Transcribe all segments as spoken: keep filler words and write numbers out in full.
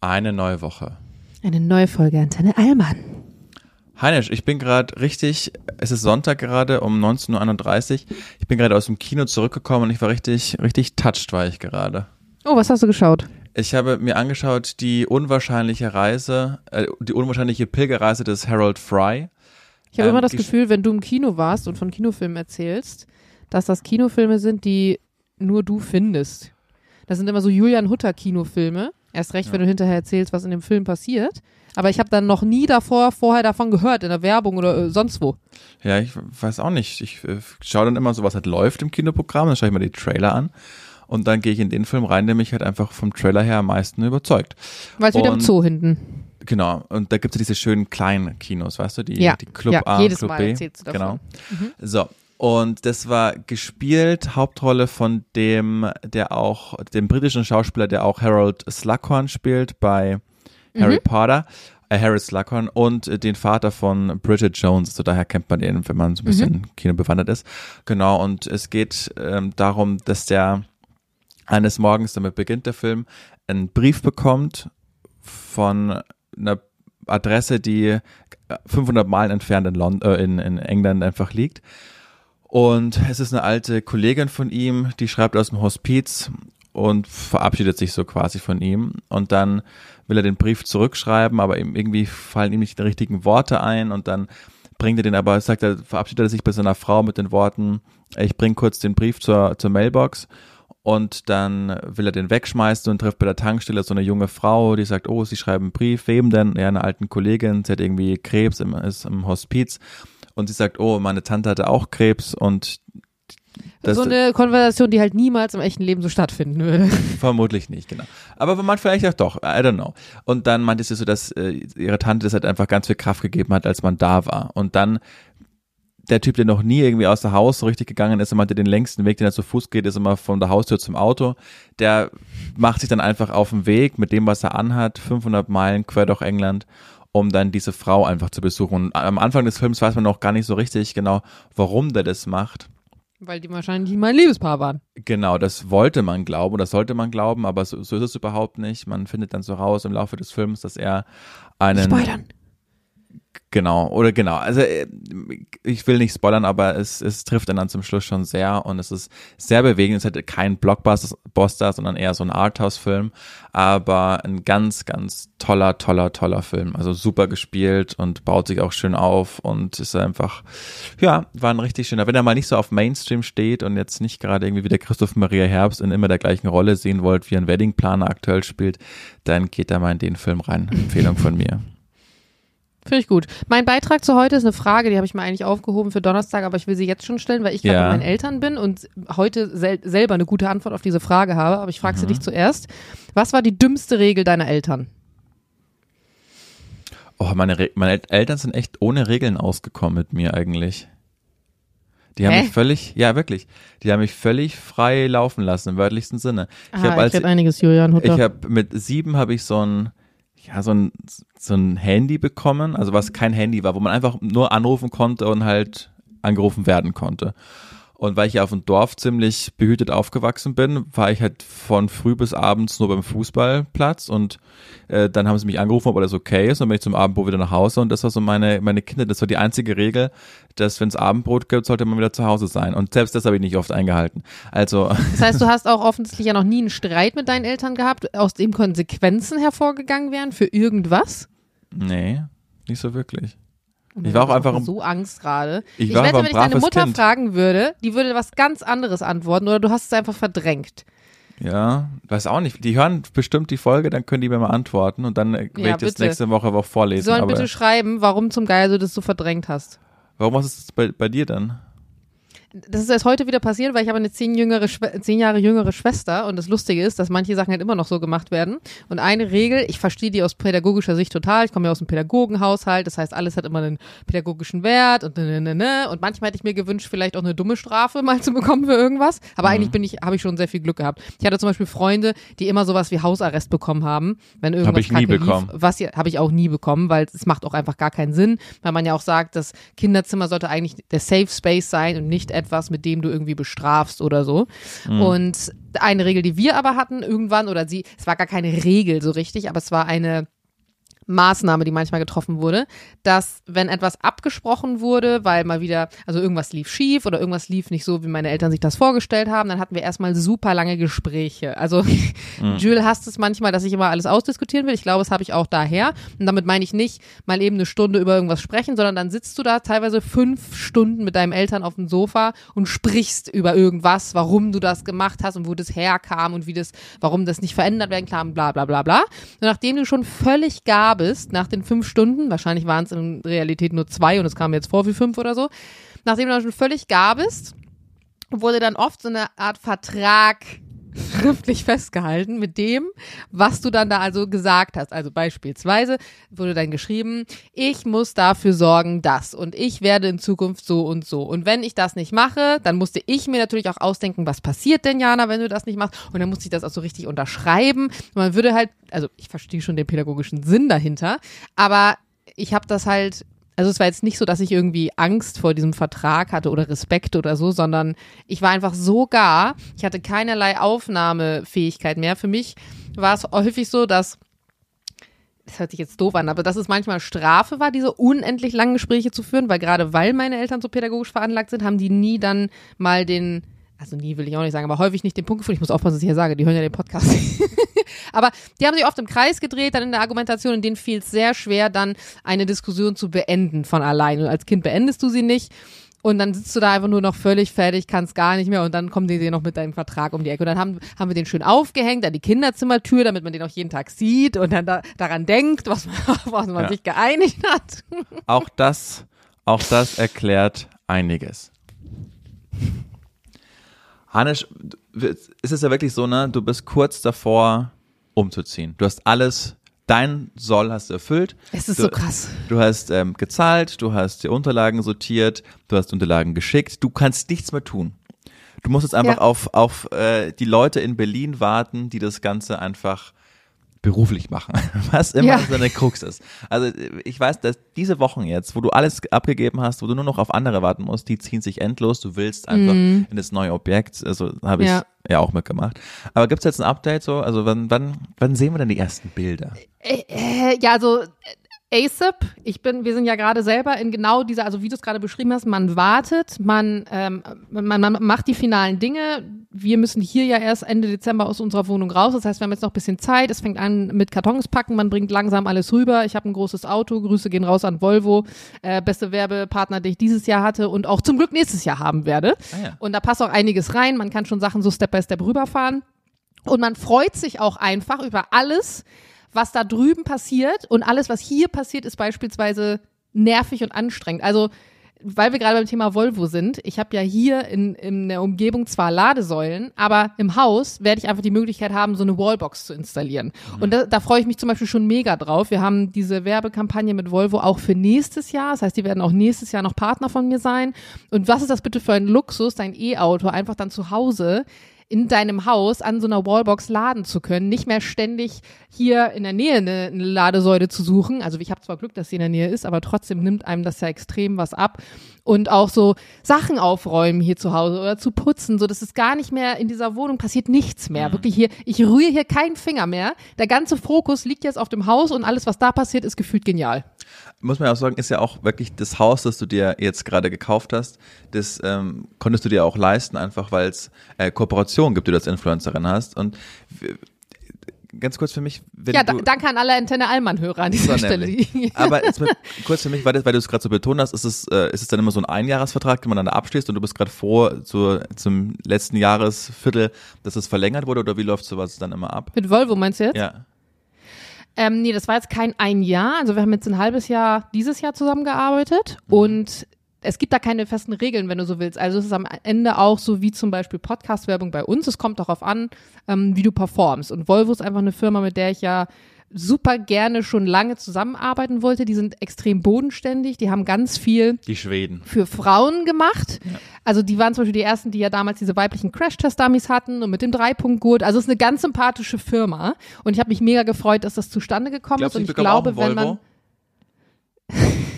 Eine neue Woche. Eine neue Folge Antenne Allmann. Heinisch, ich bin gerade richtig, es ist Sonntag gerade um neunzehn Uhr einunddreißig. Ich bin gerade aus dem Kino zurückgekommen und ich war richtig, richtig touched war ich gerade. Oh, was hast du geschaut? Ich habe mir angeschaut die unwahrscheinliche Reise, äh, die unwahrscheinliche Pilgerreise des Harold Fry. Ich habe ähm, immer das gesch- Gefühl, wenn du im Kino warst und von Kinofilmen erzählst, dass das Kinofilme sind, die nur du findest. Das sind immer so Julian Hutter Kinofilme. Erst recht, Ja. wenn du hinterher erzählst, was in dem Film passiert. Aber ich habe dann noch nie davor, vorher davon gehört, in der Werbung oder äh, sonst wo. Ja, ich weiß auch nicht. Ich äh, schaue dann immer so, was halt läuft im Kinoprogramm, dann schaue ich mir die Trailer an und dann gehe ich in den Film rein, der mich halt einfach vom Trailer her am meisten überzeugt. Weil es wieder im Und- Zoo hinten. Genau, und da gibt es ja diese schönen kleinen Kinos, weißt du, die, Ja, die Club ja, A, jedes Club Mal B. erzählst du davon. Genau. Mhm. So, und das war gespielt, Hauptrolle von dem, der auch, dem britischen Schauspieler, der auch Harold Slughorn spielt bei Harry Mhm. Potter, äh, Harry Slughorn und äh, den Vater von Bridget Jones, also daher kennt man den, wenn man so ein bisschen Mhm. Kino bewandert ist. Genau, und es geht ähm, darum, dass der eines Morgens, damit beginnt der Film, einen Brief bekommt von einer Adresse, die fünfhundert Meilen entfernt in, Lond- äh, in, in England einfach liegt. Und es ist eine alte Kollegin von ihm, die schreibt aus dem Hospiz und verabschiedet sich so quasi von ihm. Und dann will er den Brief zurückschreiben, aber ihm irgendwie fallen ihm nicht die richtigen Worte ein. Und dann bringt er den aber, sagt er, verabschiedet er sich bei seiner Frau mit den Worten, ich bringe kurz den Brief zur, zur Mailbox. Und dann will er den wegschmeißen und trifft bei der Tankstelle so eine junge Frau, die sagt, oh, sie schreiben einen Brief, wem denn? Ja, einer alten Kollegin, sie hat irgendwie Krebs, im, ist im Hospiz. Und sie sagt, oh, meine Tante hatte auch Krebs und das So eine Konversation, die halt niemals im echten Leben so stattfinden würde. vermutlich nicht, genau. Aber man vielleicht auch doch, I don't know. Und dann meinte sie so, dass äh, ihre Tante das halt einfach ganz viel Kraft gegeben hat, als man da war. Und dann der Typ, der noch nie irgendwie aus der Haus so richtig gegangen ist, er meinte, den längsten Weg, den er zu Fuß geht, ist immer von der Haustür zum Auto. Der macht sich dann einfach auf den Weg mit dem, was er anhat, fünfhundert Meilen quer durch England, um dann diese Frau einfach zu besuchen. Und am Anfang des Films weiß man noch gar nicht so richtig genau, warum der das macht. Weil die wahrscheinlich mal ein Liebespaar waren. Genau, das wollte man glauben oder sollte man glauben, aber so, so ist es überhaupt nicht. Man findet dann so raus im Laufe des Films, dass er einen... Spoilern. Genau, oder genau. Also äh, ich will nicht spoilern, aber es, es trifft dann, dann zum Schluss schon sehr und es ist sehr bewegend. Es ist halt kein Blockbuster, sondern eher so ein Arthouse-Film, aber ein ganz, ganz toller, toller, toller Film. Also super gespielt und baut sich auch schön auf und ist einfach, ja, war ein richtig schöner. Wenn er mal nicht so auf Mainstream steht und jetzt nicht gerade irgendwie wie der Christoph Maria Herbst in immer der gleichen Rolle sehen wollt, wie ein Weddingplaner aktuell spielt, dann geht da mal in den Film rein. Empfehlung von mir. Finde ich gut. Mein Beitrag zu heute ist eine Frage, die habe ich mir eigentlich aufgehoben für Donnerstag, aber ich will sie jetzt schon stellen, weil ich gerade Ja. bei meinen Eltern bin und heute sel- selber eine gute Antwort auf diese Frage habe, aber ich frage sie Mhm. dich zuerst. Was war die dümmste Regel deiner Eltern? Oh, meine, Re- meine El- Eltern sind echt ohne Regeln ausgekommen mit mir eigentlich. Die haben Hä? mich völlig, ja wirklich, die haben mich völlig frei laufen lassen, im wörtlichsten Sinne. Ich Aha, habe als, erklärt einiges, Julian Hutter. ich habe mit sieben habe ich so ein, ja, so ein, so ein Handy bekommen, also was kein Handy war, wo man einfach nur anrufen konnte und halt angerufen werden konnte. Und weil ich ja auf dem Dorf ziemlich behütet aufgewachsen bin, war ich halt von früh bis abends nur beim Fußballplatz und äh, dann haben sie mich angerufen, ob alles okay ist und dann bin ich zum Abendbrot wieder nach Hause und das war so meine meine Kinder, das war die einzige Regel, dass wenn es Abendbrot gibt, sollte man wieder zu Hause sein und selbst das habe ich nicht oft eingehalten. Also Das heißt, du hast auch offensichtlich ja noch nie einen Streit mit deinen Eltern gehabt, aus dem Konsequenzen hervorgegangen wären für irgendwas? nee, nicht so wirklich. Und Ich war auch du hast einfach ein- so Angst gerade. Ich Ich war wette, aber ein wenn ich deine braves Mutter Kind. fragen würde, die würde was ganz anderes antworten oder du hast es einfach verdrängt. Ja, weiß auch nicht. Die hören bestimmt die Folge, dann können die mir mal antworten und dann äh, werde Ja, ich das bitte. nächste Woche auch Die vorlesen. sollen Aber bitte schreiben, warum zum Geier du das so verdrängt hast. warum hast du es bei, bei dir dann? Das ist erst heute wieder passiert, weil ich habe eine zehn, jüngere, Schwe- zehn Jahre jüngere Schwester und das Lustige ist, dass manche Sachen halt immer noch so gemacht werden. Und eine Regel, ich verstehe die aus pädagogischer Sicht total, ich komme ja aus einem Pädagogenhaushalt, das heißt, alles hat immer einen pädagogischen Wert und ne, ne, ne, ne. Und manchmal hätte ich mir gewünscht, vielleicht auch eine dumme Strafe mal zu bekommen für irgendwas. Aber Mhm. eigentlich bin ich, habe ich schon sehr viel Glück gehabt. Ich hatte zum Beispiel Freunde, die immer sowas wie Hausarrest bekommen haben, wenn irgendwas Hab ich nie Kacke bekommen. lief. Was habe ich auch nie bekommen, weil es macht auch einfach gar keinen Sinn, weil man ja auch sagt, das Kinderzimmer sollte eigentlich der Safe Space sein und nicht etwas, mit dem du irgendwie bestrafst oder so. Mhm. Und eine Regel, die wir aber hatten irgendwann, oder sie, es war gar keine Regel so richtig, aber es war eine Maßnahme, die manchmal getroffen wurde, dass wenn etwas abgesprochen wurde, weil mal wieder, also irgendwas lief schief oder irgendwas lief nicht so, wie meine Eltern sich das vorgestellt haben, dann hatten wir erstmal super lange Gespräche. Also mhm. Jules hasst es manchmal, dass ich immer alles ausdiskutieren will. Ich glaube, das habe ich auch daher. Und damit meine ich nicht mal eben eine Stunde über irgendwas sprechen, sondern dann sitzt du da teilweise fünf Stunden mit deinen Eltern auf dem Sofa und sprichst über irgendwas, warum du das gemacht hast und wo das herkam und wie das, warum das nicht verändert werden kann, bla bla bla bla. Und nachdem du schon völlig gar bist, nach den fünf Stunden, wahrscheinlich waren es in Realität nur zwei und es kam mir jetzt vor wie fünf oder so, nachdem du schon völlig gar bist, wurde dann oft so eine Art Vertrag schriftlich festgehalten mit dem, was du dann da also gesagt hast. Also beispielsweise wurde dann geschrieben, ich muss dafür sorgen, dass und ich werde in Zukunft so und so. Und wenn ich das nicht mache, dann musste ich mir natürlich auch ausdenken, was passiert denn, Jana, wenn du das nicht machst? Und dann musste ich das auch so richtig unterschreiben. Und man würde halt, also ich verstehe schon den pädagogischen Sinn dahinter, aber ich habe das halt Also es war jetzt nicht so, dass ich irgendwie Angst vor diesem Vertrag hatte oder Respekt oder so, sondern ich war einfach so gar, ich hatte keinerlei Aufnahmefähigkeit mehr. Für mich war es häufig so, dass, das hört sich jetzt doof an, aber dass es manchmal Strafe war, diese unendlich langen Gespräche zu führen, weil gerade weil meine Eltern so pädagogisch veranlagt sind, haben die nie dann mal den, also nie will ich auch nicht sagen, aber häufig nicht den Punkt gefunden, ich muss aufpassen, was ich hier sage, die hören ja den Podcast. Aber die haben sich oft im Kreis gedreht, dann in der Argumentation, und denen fiel es sehr schwer, dann eine Diskussion zu beenden von allein. Und als Kind beendest du sie nicht und dann sitzt du da einfach nur noch völlig fertig, kannst gar nicht mehr und dann kommen die dir noch mit deinem Vertrag um die Ecke. Und dann haben, haben wir den schön aufgehängt an die Kinderzimmertür, damit man den auch jeden Tag sieht und dann da, daran denkt, was man, was man ja. sich geeinigt hat. Auch das, auch das erklärt einiges. Hannes, ist es ja wirklich so, ne? Du bist kurz davor, umzuziehen. Du hast alles, dein Soll hast du erfüllt. Es ist du, so krass. Du hast ähm, gezahlt, du hast die Unterlagen sortiert, du hast Unterlagen geschickt. Du kannst nichts mehr tun. Du musst jetzt einfach ja. auf, auf äh, die Leute in Berlin warten, die das Ganze einfach beruflich machen, was immer ja. so eine Krux ist. Also ich weiß, dass diese Wochen jetzt, wo du alles abgegeben hast, wo du nur noch auf andere warten musst, die ziehen sich endlos, du willst einfach mm. in das neue Objekt, also habe ich ja. ja auch mitgemacht. Aber gibt es jetzt ein Update so, also wann, wann, wann sehen wir denn die ersten Bilder? Äh, äh, ja, also ASAP, ich bin, wir sind ja gerade selber in genau dieser, also wie du es gerade beschrieben hast, man wartet, man, ähm, man, man macht die finalen Dinge. Wir müssen hier ja erst Ende Dezember aus unserer Wohnung raus, das heißt, wir haben jetzt noch ein bisschen Zeit, es fängt an mit Kartons packen, man bringt langsam alles rüber. Ich habe ein großes Auto, Grüße gehen raus an Volvo, äh, beste Werbepartner, den ich dieses Jahr hatte und auch zum Glück nächstes Jahr haben werde. Ah ja. Und da passt auch einiges rein, man kann schon Sachen so Step by Step rüberfahren und man freut sich auch einfach über alles, was da drüben passiert, und alles, was hier passiert, ist beispielsweise nervig und anstrengend. Also, weil wir gerade beim Thema Volvo sind, ich habe ja hier in, in der Umgebung zwar Ladesäulen, aber im Haus werde ich einfach die Möglichkeit haben, so eine Wallbox zu installieren. Mhm. Und da, da freue ich mich zum Beispiel schon mega drauf. Wir haben diese Werbekampagne mit Volvo auch für nächstes Jahr. Das heißt, die werden auch nächstes Jahr noch Partner von mir sein. Und was ist das bitte für ein Luxus, dein E-Auto einfach dann zu Hause in deinem Haus an so einer Wallbox laden zu können, nicht mehr ständig hier in der Nähe eine, eine Ladesäule zu suchen. Also ich habe zwar Glück, dass sie in der Nähe ist, aber trotzdem nimmt einem das ja extrem was ab. Und auch so Sachen aufräumen hier zu Hause oder zu putzen, so dass es gar nicht mehr in dieser Wohnung passiert, nichts mehr. Mhm. Wirklich hier, ich rühre hier keinen Finger mehr. Der ganze Fokus liegt jetzt auf dem Haus und alles, was da passiert, ist gefühlt genial. Muss man ja auch sagen, ist ja auch wirklich das Haus, das du dir jetzt gerade gekauft hast, das ähm, konntest du dir auch leisten, einfach weil es äh, Kooperationen gibt, die du als Influencerin hast. Und w- ganz kurz für mich, wenn ja, du... Ja, danke an alle Antenne Allmann-Hörer an dieser Stelle. Aber jetzt mal kurz für mich, weil, das, weil du es gerade so betont hast, ist es, äh, ist es dann immer so ein Einjahresvertrag, den man dann abschließt und du bist gerade froh zu, zum letzten Jahresviertel, dass es verlängert wurde, oder wie läuft sowas dann immer ab? Mit Volvo meinst du jetzt? Ja. Ähm, nee, das war jetzt kein ein Jahr. Also wir haben jetzt ein halbes Jahr dieses Jahr zusammengearbeitet mhm. und es gibt da keine festen Regeln, wenn du so willst. Also es ist am Ende auch so wie zum Beispiel Podcast-Werbung bei uns. Es kommt darauf an, ähm, wie du performst. Und Volvo ist einfach eine Firma, mit der ich ja super gerne schon lange zusammenarbeiten wollte. Die sind extrem bodenständig. Die haben ganz viel die Schweden für Frauen gemacht. Ja. Also die waren zum Beispiel die ersten, die ja damals diese weiblichen Crash-Test-Dummies hatten und mit dem Drei-Punkt-Gurt. Also es ist eine ganz sympathische Firma. Und ich habe mich mega gefreut, dass das zustande gekommen Glaubst ist. Und ich ich glaube, auch einen wenn Volvo? man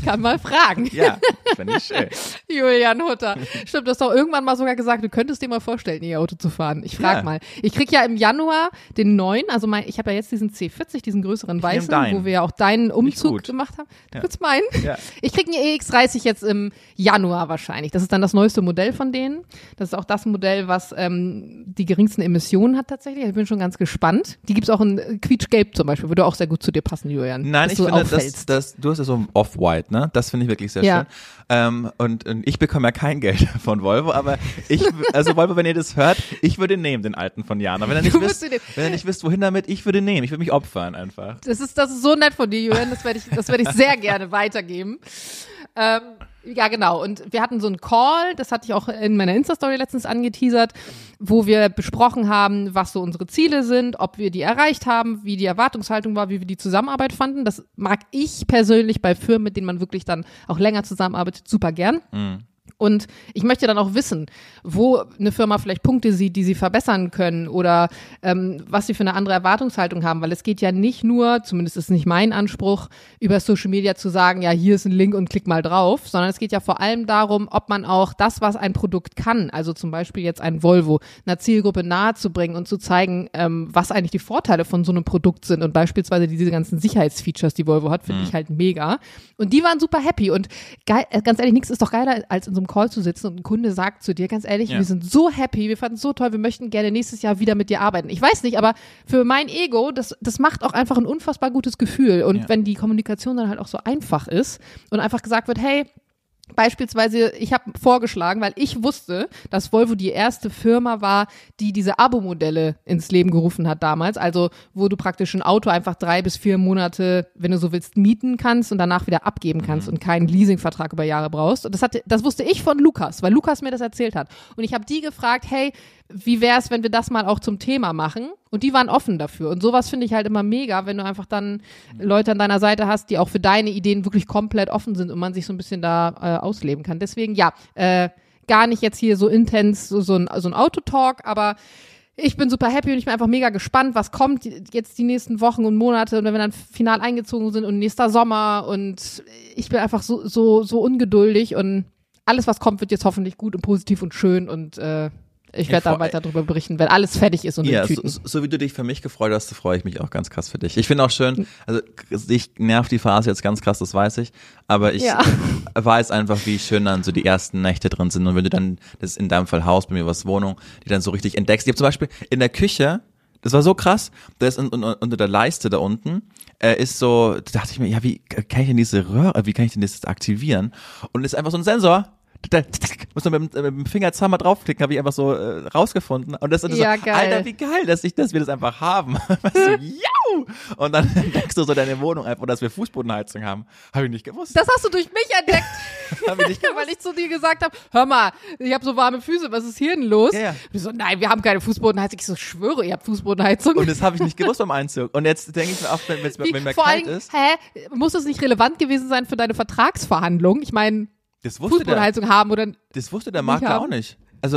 Ich kann mal fragen. Ja, finde ich schön. Julian Hutter. Stimmt, du hast doch irgendwann mal sogar gesagt, du könntest dir mal vorstellen, ihr Auto zu fahren. Ich frage ja. mal. Ich krieg ja im Januar den neuen, also mein, ich habe ja jetzt diesen C vierzig, diesen größeren weißen, wo wir ja auch deinen Umzug gemacht haben. Du ja. willst meinen? Ja. Ich krieg einen E X dreißig jetzt im Januar wahrscheinlich. Das ist dann das neueste Modell von denen. Das ist auch das Modell, was ähm, die geringsten Emissionen hat tatsächlich. Ich bin schon ganz gespannt. Die gibt's auch in Quietschgelb zum Beispiel. Würde auch sehr gut zu dir passen, Julian. Nein, ich finde, das, das, du hast ja so Off-White, ne? Das finde ich wirklich sehr ja. schön. Ähm, und, und ich bekomme ja kein Geld von Volvo, aber ich, also Volvo, wenn ihr das hört, ich würde nehmen, den alten von Jana. Wenn ihr nicht, wisst, wenn ihr nicht wisst, wohin damit, ich würde nehmen. Ich würde mich opfern einfach. Das ist, das ist so nett von dir, Julian. Das werde ich, das werde ich sehr gerne weitergeben. Ähm, ja, genau. Und wir hatten so einen Call, das hatte ich auch in meiner Insta-Story letztens angeteasert, wo wir besprochen haben, was so unsere Ziele sind, ob wir die erreicht haben, wie die Erwartungshaltung war, wie wir die Zusammenarbeit fanden. Das mag ich persönlich bei Firmen, mit denen man wirklich dann auch länger zusammenarbeitet, super gern. Mhm. Und ich möchte dann auch wissen, wo eine Firma vielleicht Punkte sieht, die sie verbessern können oder ähm, was sie für eine andere Erwartungshaltung haben, weil es geht ja nicht nur, zumindest ist nicht mein Anspruch, über Social Media zu sagen, ja, hier ist ein Link und klick mal drauf, sondern es geht ja vor allem darum, ob man auch das, was ein Produkt kann, also zum Beispiel jetzt ein Volvo, einer Zielgruppe nahezubringen und zu zeigen, ähm, was eigentlich die Vorteile von so einem Produkt sind und beispielsweise diese ganzen Sicherheitsfeatures, die Volvo hat, finde mhm. ich halt mega. Und die waren super happy und geil, ganz ehrlich, nichts ist doch geiler, als in so einem Call zu sitzen und ein Kunde sagt zu dir, ganz ehrlich, ja. wir sind so happy, wir fanden es so toll, wir möchten gerne nächstes Jahr wieder mit dir arbeiten. Ich weiß nicht, aber für mein Ego, das, das macht auch einfach ein unfassbar gutes Gefühl. Und ja. wenn die Kommunikation dann halt auch so einfach ist und einfach gesagt wird, hey, beispielsweise, ich habe vorgeschlagen, weil ich wusste, dass Volvo die erste Firma war, die diese Abo-Modelle ins Leben gerufen hat damals. Also, wo du praktisch ein Auto einfach drei bis vier Monate, wenn du so willst, mieten kannst und danach wieder abgeben kannst mhm. und keinen Leasingvertrag über Jahre brauchst. Und das hatte, das wusste ich von Lukas, weil Lukas mir das erzählt hat. Und ich habe die gefragt, hey, wie wär's, wenn wir das mal auch zum Thema machen? Und die waren offen dafür. Und sowas finde ich halt immer mega, wenn du einfach dann Leute an deiner Seite hast, die auch für deine Ideen wirklich komplett offen sind und man sich so ein bisschen da äh, ausleben kann. Deswegen, ja, äh, gar nicht jetzt hier so intens so, so ein, so ein Autotalk, aber ich bin super happy und ich bin einfach mega gespannt, was kommt jetzt die nächsten Wochen und Monate und wenn wir dann final eingezogen sind und nächster Sommer und ich bin einfach so, so, so ungeduldig und alles, was kommt, wird jetzt hoffentlich gut und positiv und schön und äh, ich werde da weiter darüber berichten, wenn alles fertig ist und ja, in Tüten. So, so wie du dich für mich gefreut hast, so freue ich mich auch ganz krass für dich. Ich finde auch schön, also ich nerv die Phase jetzt ganz krass, das weiß ich, aber ich ja. weiß einfach, wie schön dann so die ersten Nächte drin sind und wenn du dann, das ist in deinem Fall Haus, bei mir was Wohnung, die dann so richtig entdeckst. Ich habe zum Beispiel in der Küche, das war so krass, da ist un, un, unter der Leiste da unten, äh, ist so, da dachte ich mir, ja, wie kann ich denn diese Röhre, wie kann ich denn das aktivieren? Und es ist einfach so ein Sensor, da muss man mit, mit dem Finger zweimal draufklicken, habe ich einfach so äh, rausgefunden. Und das ist ja, so, geil. Alter, wie geil, dass, ich, dass wir das einfach haben. Weißt du, jau! Und dann entdeckst du so deine Wohnung einfach, dass wir Fußbodenheizung haben. Habe ich nicht gewusst. Das hast du durch mich entdeckt. Hab ich nicht gewusst. Weil ich zu dir gesagt habe, hör mal, ich habe so warme Füße, was ist hier denn los? Ja, ja. Du so, nein, wir haben keine Fußbodenheizung. Ich so, schwöre, ihr habt Fußbodenheizung. Und das habe ich nicht gewusst beim Einzug. Und jetzt denke ich mir auch, wenn es mir kalt allem, ist. Hä? Muss es nicht relevant gewesen sein für deine Vertragsverhandlung? Ich meine, Fußbodenheizung der, haben oder das wusste der Makler auch nicht. Also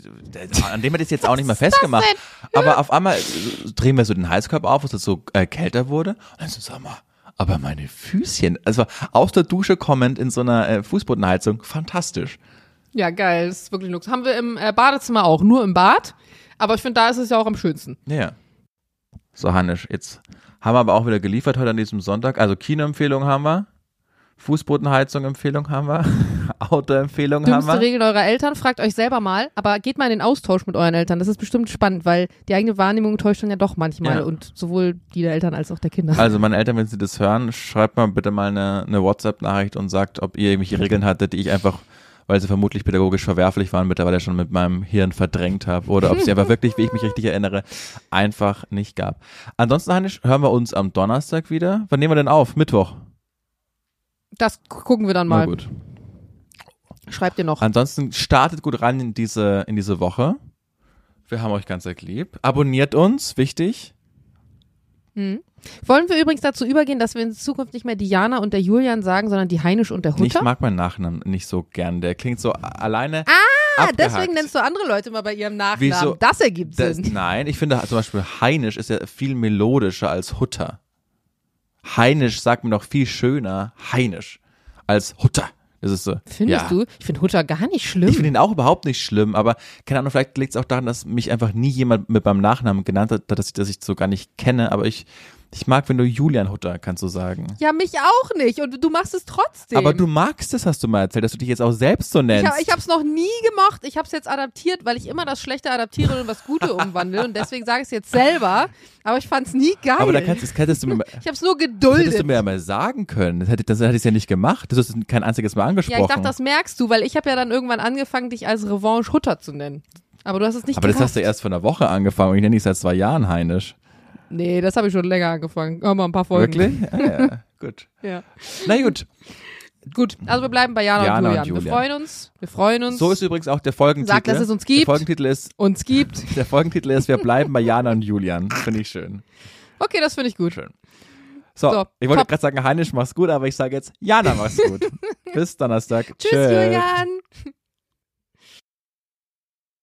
an dem hat es jetzt auch nicht mal festgemacht. Aber auf einmal drehen wir so den Heizkörper auf, was das so äh, kälter wurde. Und dann so, sag mal, aber meine Füßchen, also aus der Dusche kommend in so einer äh, Fußbodenheizung, fantastisch. Ja, geil, das ist wirklich Lux. Haben wir im äh, Badezimmer auch, nur im Bad. Aber ich finde, da ist es ja auch am schönsten. Ja. So, Hannisch, jetzt haben wir aber auch wieder geliefert heute an diesem Sonntag. Also Kinoempfehlung haben wir. Fußbodenheizung-Empfehlung haben wir, Auto-Empfehlung haben wir. Dümmste Regel eurer Eltern, fragt euch selber mal, aber geht mal in den Austausch mit euren Eltern, das ist bestimmt spannend, weil die eigene Wahrnehmung täuscht dann ja doch manchmal ja. und sowohl die der Eltern als auch der Kinder. Also meine Eltern, wenn sie das hören, schreibt mal bitte mal eine, eine WhatsApp-Nachricht und sagt, ob ihr irgendwelche Regeln hattet, die ich einfach, weil sie vermutlich pädagogisch verwerflich waren, mittlerweile schon mit meinem Hirn verdrängt habe oder ob sie aber wirklich, wie ich mich richtig erinnere, einfach nicht gab. Ansonsten, Hannisch, hören wir uns am Donnerstag wieder. Wann nehmen wir denn auf? Mittwoch? Das gucken wir dann mal. Na gut. Schreibt ihr noch. Ansonsten startet gut rein in diese, in diese Woche. Wir haben euch ganz lieb. Abonniert uns, wichtig. Hm. Wollen wir übrigens dazu übergehen, dass wir in Zukunft nicht mehr Diana und der Julian sagen, sondern die Heinisch und der Hutter? Ich mag meinen Nachnamen nicht so gern. Der klingt so alleine Ah, abgehakt. Deswegen nennst du andere Leute mal bei ihrem Nachnamen. Wieso? Das ergibt das, Sinn. Nein, ich finde zum Beispiel Heinisch ist ja viel melodischer als Hutter. Heinisch sagt mir doch viel schöner. Heinisch. als Hutter. Das ist so. Findest ja. du? Ich finde Hutter gar nicht schlimm. Ich finde ihn auch überhaupt nicht schlimm, aber keine Ahnung, vielleicht liegt es auch daran, dass mich einfach nie jemand mit meinem Nachnamen genannt hat, dass ich das ich so gar nicht kenne, aber ich, ich mag, wenn du Julian Hutter, kannst du sagen. Ja, mich auch nicht und du machst es trotzdem. Aber du magst es, hast du mal erzählt, dass du dich jetzt auch selbst so nennst. Ich, hab, ich habe es noch nie gemocht, ich habe es jetzt adaptiert, weil ich immer das Schlechte adaptiere und in was Gute umwandle und deswegen sage ich es jetzt selber, aber ich fand es nie geil. Aber da kannst, das hättest du mir, ich habe es nur das geduldet. hättest du mir ja mal sagen können. Das hätte, das hätte ich ja nicht gemacht. Das hast du kein einziges Mal angesprochen. Ja, ich dachte, das merkst du, weil ich habe ja dann irgendwann angefangen, dich als Revanche Hutter zu nennen. Aber du hast es nicht Aber gerafft. das hast du erst vor einer Woche angefangen und ich nenne dich seit zwei Jahren Heinisch. Nee, das habe ich schon länger angefangen. Oh, mal ein paar Folgen. Wirklich? Ah, ja, gut. Ja. Na gut. Gut, also wir bleiben bei Jana, Jana und, und Julian. Julian. Wir freuen uns. Wir freuen uns. So ist übrigens auch der Folgentitel. Sag, dass es uns gibt. Der Folgentitel ist, uns gibt. der Folgentitel ist, wir bleiben bei Jana und Julian. Finde ich schön. Okay, das finde ich gut. Schön. So, So, ich wollte top. gerade sagen, Heinisch, mach's gut, aber ich sage jetzt, Jana, mach's gut. Bis Donnerstag. Tschüss, Tschö. Julian.